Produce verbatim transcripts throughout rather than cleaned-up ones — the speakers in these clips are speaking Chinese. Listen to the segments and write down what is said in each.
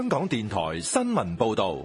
香港電台新聞報道。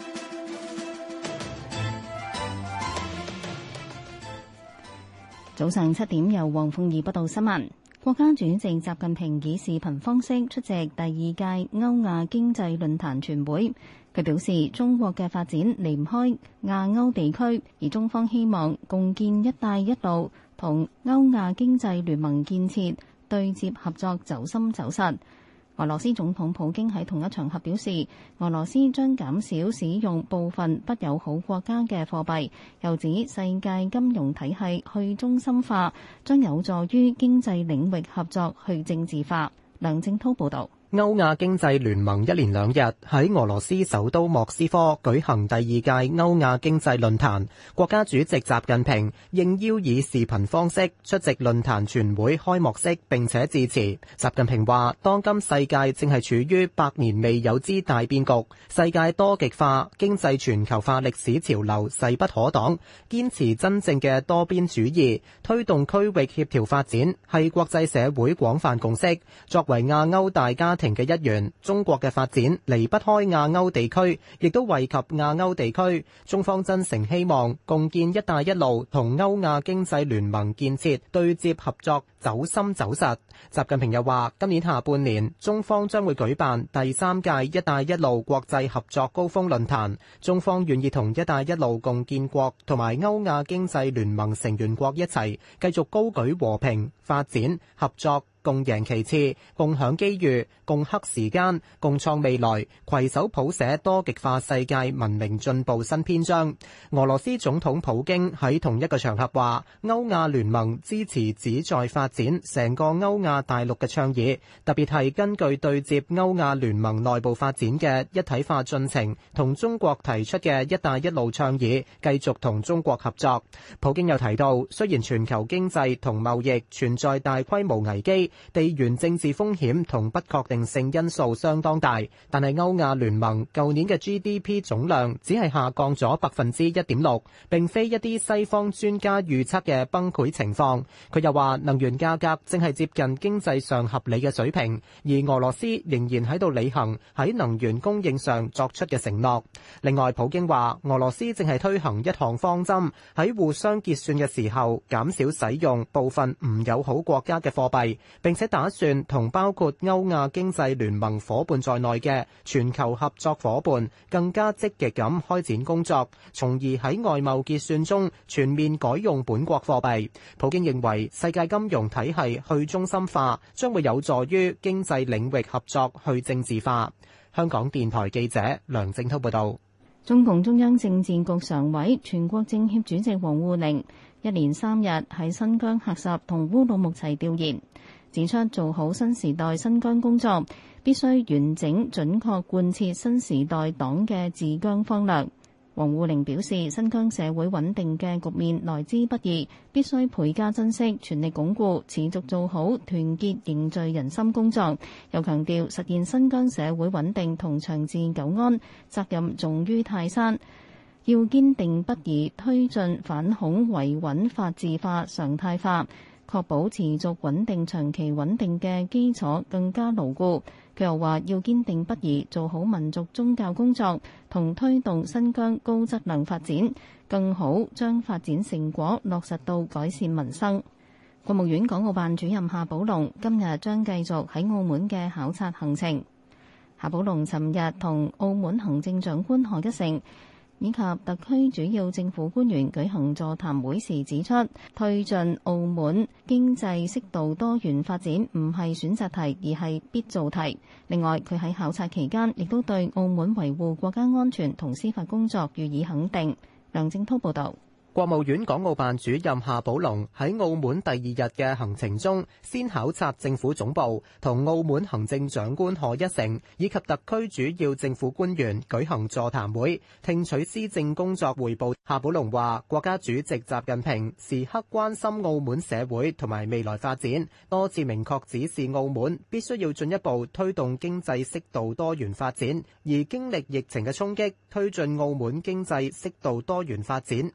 早上七點，由黃鳳儀報道新聞。國家主席習近平以視頻方式出席第二屆歐亞經濟論壇全會。佢表示，中國嘅發展離唔開亞歐地區，而中方希望共建一帶一路同歐亞經濟聯盟建設對接合作走深走實。俄羅斯總統普京喺同一場合表示，俄羅斯將減少使用部分不友好國家嘅貨幣，又指世界金融體系去中心化將有助於經濟領域合作去政治化。梁正滔報導。 歐亞經濟聯盟一連兩日喺俄羅斯首都莫斯科舉行第二屆歐亞經濟論壇，國家主席習近平應邀以視頻方式出席論壇全會開幕式並且致辭。習近平話，當今世界正係處於百年未有之大變局，世界多極化、經濟全球化歷史潮流勢不可擋，堅持真正嘅多邊主義，推動區域協調發展係國際社會廣泛共識。作為亞歐大家庭嘅一員，中國嘅發展離不開亞歐地區，亦都惠及亞歐地區。中方真誠希望共建一帶一路同歐亞經濟聯盟建設對接合作走深走實。習近平又話，今年下半年中方將會舉辦第三屆一帶一路國際合作高峰論壇，中方願意同一帶一路共建國同埋歐亞經濟聯盟成員國一齊繼續高舉和平、發展、合作、共贏其次，共享機遇，共克時艱，共創未來，攜手譜寫多極化世界文明進步新篇章。俄羅斯總統普京喺同一個場合話，歐亞聯盟支持旨在發展成個歐亞大陸嘅倡議，特別係根據對接歐亞聯盟內部發展嘅一體化進程，同中國提出嘅一帶一路倡議，繼續同中國合作。普京又提到，雖然全球經濟同貿易存在大規模危機，地緣政治風險同不確定性因素相當大，但係歐亞聯盟舊年嘅 G D P 總量只係下降咗百分之一點六，並非一啲西方專家預測嘅崩潰情況。佢又話，能源價格正係接近經濟上合理嘅水平，而俄羅斯仍然喺度履行喺能源供應上作出嘅承諾。另外，普京話，俄羅斯正係推行一項方針，喺互相結算嘅時候減少使用部分唔友好國家嘅貨幣，並且打算同包括歐亞經濟聯盟夥伴在內嘅全球合作夥伴更加積極咁開展工作，從而喺外貿結算中全面改用本國貨幣。普京認為世界金融體系去中心化將會有助於經濟領域合作去政治化。香港電台記者梁正滔報導。 中共中央政治局常委、全國政協主席王滬寧一連三日喺新疆喀什同烏魯木齊調研，指出做好新時代新疆工作，必須完整準確貫徹新時代黨嘅治疆方略。王滬寧表示，新疆社會穩定嘅局面來之不易，必須倍加珍惜，全力鞏固，持續做好團結凝聚人心工作。又強調，實現新疆社會穩定同長治久安，責任重於泰山，要堅定不移推進反恐維穩法治化常態化，確保持續穩定長期穩定嘅基礎更加牢固。佢又話要堅定不移做好民族宗教工作，同推動新疆高質量發展，更好將發展成果落實到改善民生。國務院港澳辦主任夏寶龍今日將繼續喺澳門嘅考察行程。夏寶龍尋日同澳門行政長官賀一誠以及特區主要政府官員舉行座談會時指出，推進澳門經濟適度多元發展唔係選擇題，而係必做題。另外，佢喺考察期間亦都對澳門維護國家安全同司法工作予以肯定。梁正滔報導。 國務院港澳辦主任夏寶龍喺澳門第二日嘅行程中，先考察政府總部，同澳門行政長官賀一誠以及特區主要政府官員舉行座談會，聽取施政工作匯報。夏寶龍話，國家主席習近平時刻關心澳門社會同埋未來發展，多次明確指示澳門必須要進一步推動經濟適度多元發展，而經歷疫情嘅衝擊，推進澳門經濟適度多元發展唔係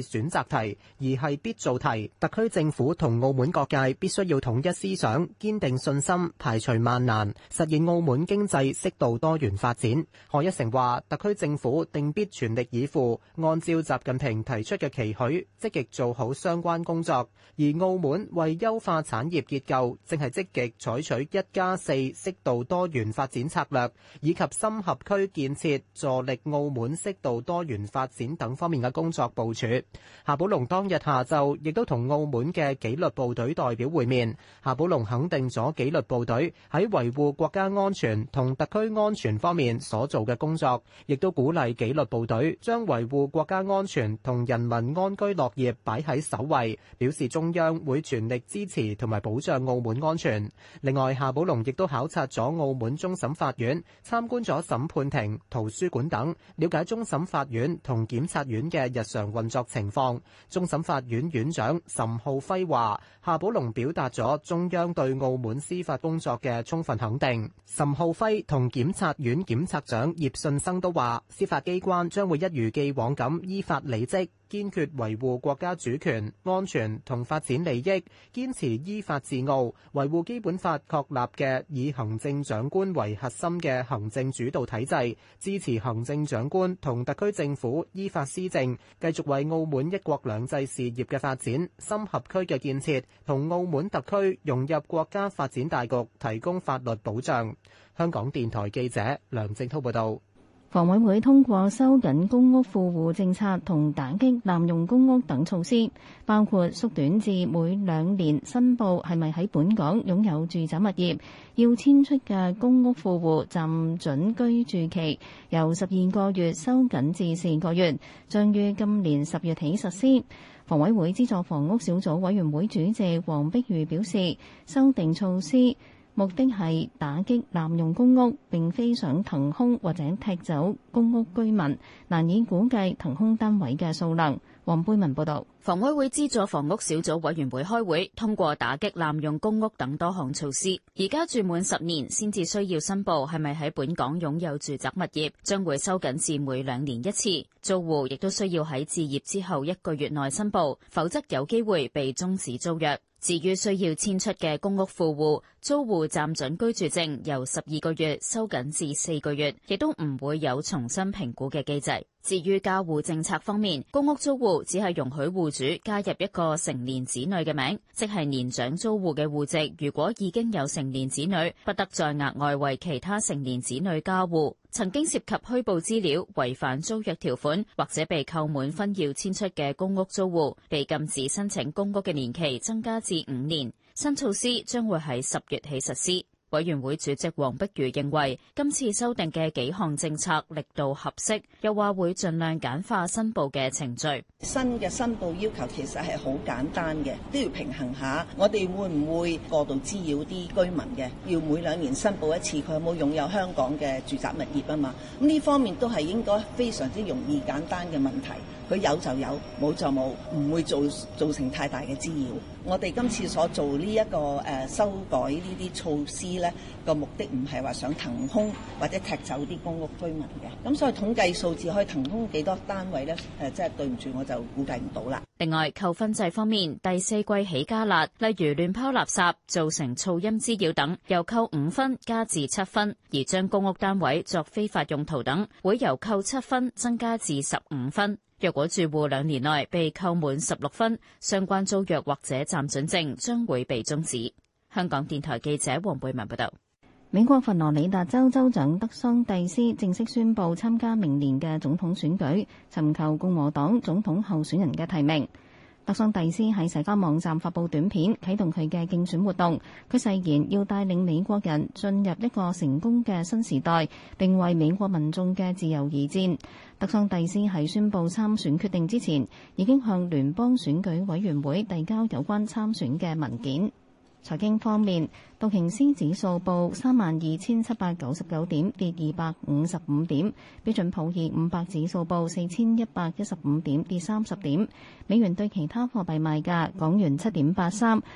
選擇題，而係必做題。特區政府同澳門各界必須要統一思想，堅定信心，排除萬難，實現澳門經濟適度多元發展。賀一誠話，特區政府定必全力以赴，按照習近平提出嘅期許，積極做好相關工作。而澳門為優化產業結構，正係積極採取一加四適度多元發展策略，以及深合區建設，助力澳門適度多元發展等方面嘅工作部署。夏寶龍當日下晝亦都同澳門嘅紀律部隊代表會面，夏寶龍肯定咗紀律部隊喺維護國家安全同特區安全方面所做嘅工作，亦都鼓勵紀律部隊將維護國家安全同人民安居樂業擺喺首位，表示中央會全力支持同埋保障澳門安全。另外，夏寶龍亦都考察咗澳門終審法院，參觀咗審判庭、圖書館等，了解終審法院同檢察院嘅日常運作情況。終審法院院長岑浩輝話，夏寶龍表達咗中央對澳門司法工作嘅充分肯定。岑浩輝同檢察院檢察長葉信生都話，司法機關將會一如既往咁依法履職，堅決維護國家主權、安全同發展利益，堅持依法治澳，維護基本法確立嘅以行政長官為核心嘅行政主導體制，支持行政長官同特區政府依法施政，繼續為澳門一國兩制事業嘅發展、深合區嘅建設同澳門特區融入國家發展大局提供法律保障。香港電台記者梁正滔報導。 房委會通過收緊公屋富戶政策同打擊濫用公屋等措施，包括縮短至每兩年申報係咪喺本港擁有住宅物業，要遷出嘅公屋富戶暫准居住期由十二個月收緊至四個月，將於今年十月起實施。房委會資助房屋小組委員會主席黃碧如表示，修訂措施目的係打擊濫用公屋，並非想騰空或者踢走公屋居民，難以估計騰空單位嘅數量。黃貝文報導。 房委會資助房屋小組委員會開會，通過打擊濫用公屋等多項措施。而家住滿十年先至需要申報係咪喺本港擁有住宅物業，將會收緊至每兩年一次。租戶亦都需要喺置業之後一個月內申報，否則有機會被終止租約。至於需要遷出嘅公屋富戶，租戶暫准居住證由十二個月收緊至四個月，亦都唔會有重新評估嘅機制。至於加戶政策方面，公屋租戶只係容許戶主加入一個成年子女嘅名，即係年長租戶嘅戶籍如果已經有成年子女，不得再額外為其他成年子女加戶。曾經涉及虛報資料、違反租約條款或者被扣滿分要遷出嘅公屋租戶，被禁止申請公屋嘅年期增加至五年。新措施將會喺十月起實施。委員會主席黃碧如認為，今次修訂嘅幾項政策力度合適，又話會盡量簡化申報嘅程序。 新嘅申報要求其實係好簡單嘅，都要平衡下，我哋會唔會過度滋擾啲居民嘅？要每兩年申報一次，佢有冇擁有香港嘅住宅物業啊嘛？咁呢方面都係應該非常之容易簡單嘅問題。佢有就有，冇就冇，唔會造造成太大嘅滋擾。我哋今次所做呢、這、一個誒、呃、修改呢啲措施咧，個目的唔係話想騰空或者踢走啲公屋居民嘅。咁所以統計數字可以騰空幾多單位咧？誒、呃，即係對唔住，我就估計唔到啦。 另外，扣分制方面，第四季起加辣，例如亂拋垃圾、造成噪音滋擾等，由扣五分加至七分；而將公屋單位作非法用途等，會由扣七分增加至十五分。若果住戶兩年內被扣滿十六分，相關租約或者暫准證將會被終止。香港電台記者黃貝文報道。 美國佛羅里達州州長德桑蒂斯正式宣布參加明年嘅總統選舉，尋求共和黨總統候選人嘅提名。德桑蒂斯喺社交網站發布短片，啟動佢嘅競選活動。佢誓言要帶領美國人進入一個成功嘅新時代，並為美國民眾嘅自由而戰。德桑蒂斯喺宣布參選決定之前，已經向聯邦選舉委員會遞交有關參選嘅文件。財經方面，道瓊斯指數報三萬二千七百九十九點，跌二百五十五點；標準普爾五百指數報四千一百一十五點，跌三十點。美元對其他貨幣賣價：港元七點八三，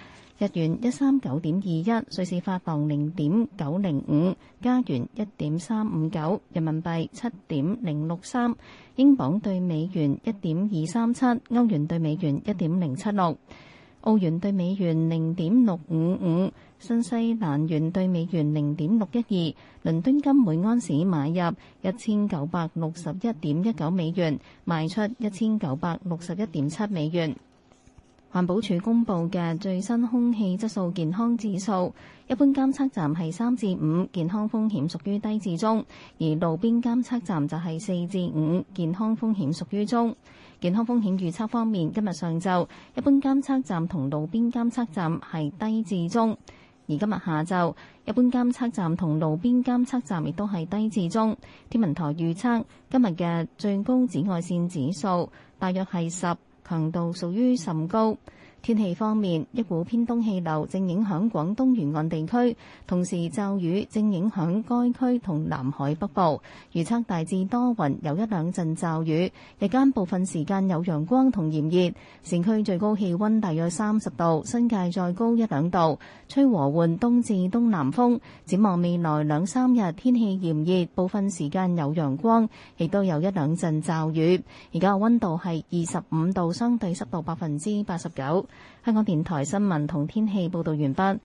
日元一三九點二一，瑞士法郎零點九零五，加元一點三五九，人民幣七點零六三，英鎊對美元一點二三七，歐元對美元一點零七六，澳元對美元零點六五五，新西蘭元對美元零點六一二。倫敦金每安士買入一千九百六十一點一九美元，賣出一千九百六十一點七美元。環保署公布嘅最新空氣質素健康指數，一般監測站係三至五，健康風險屬於低至中；而路邊監測站就係四至五，健康風險屬於中。健康風險預測方面，今日上晝一般監測站同路邊監測站係低至中，而今日下晝一般監測站同路邊監測站亦都係低至中。天文台預測今日嘅最高紫外線指數大約係十，強度屬於甚高。天氣方面，一股偏東氣流正影響廣東沿岸地區，同時驟雨正影響該區同南海北部。預測大致多雲，有一兩陣驟雨，日間部分時間有陽光同炎熱。市區最高氣溫大約三十度，新界再高一兩度，吹和緩東至東南風。展望未來兩三日，天氣炎熱，部分時間有陽光，亦都有一兩陣驟雨。而家嘅溫度係二十五度，相對濕度百分之八十九。香港電台新聞同天氣報道完畢。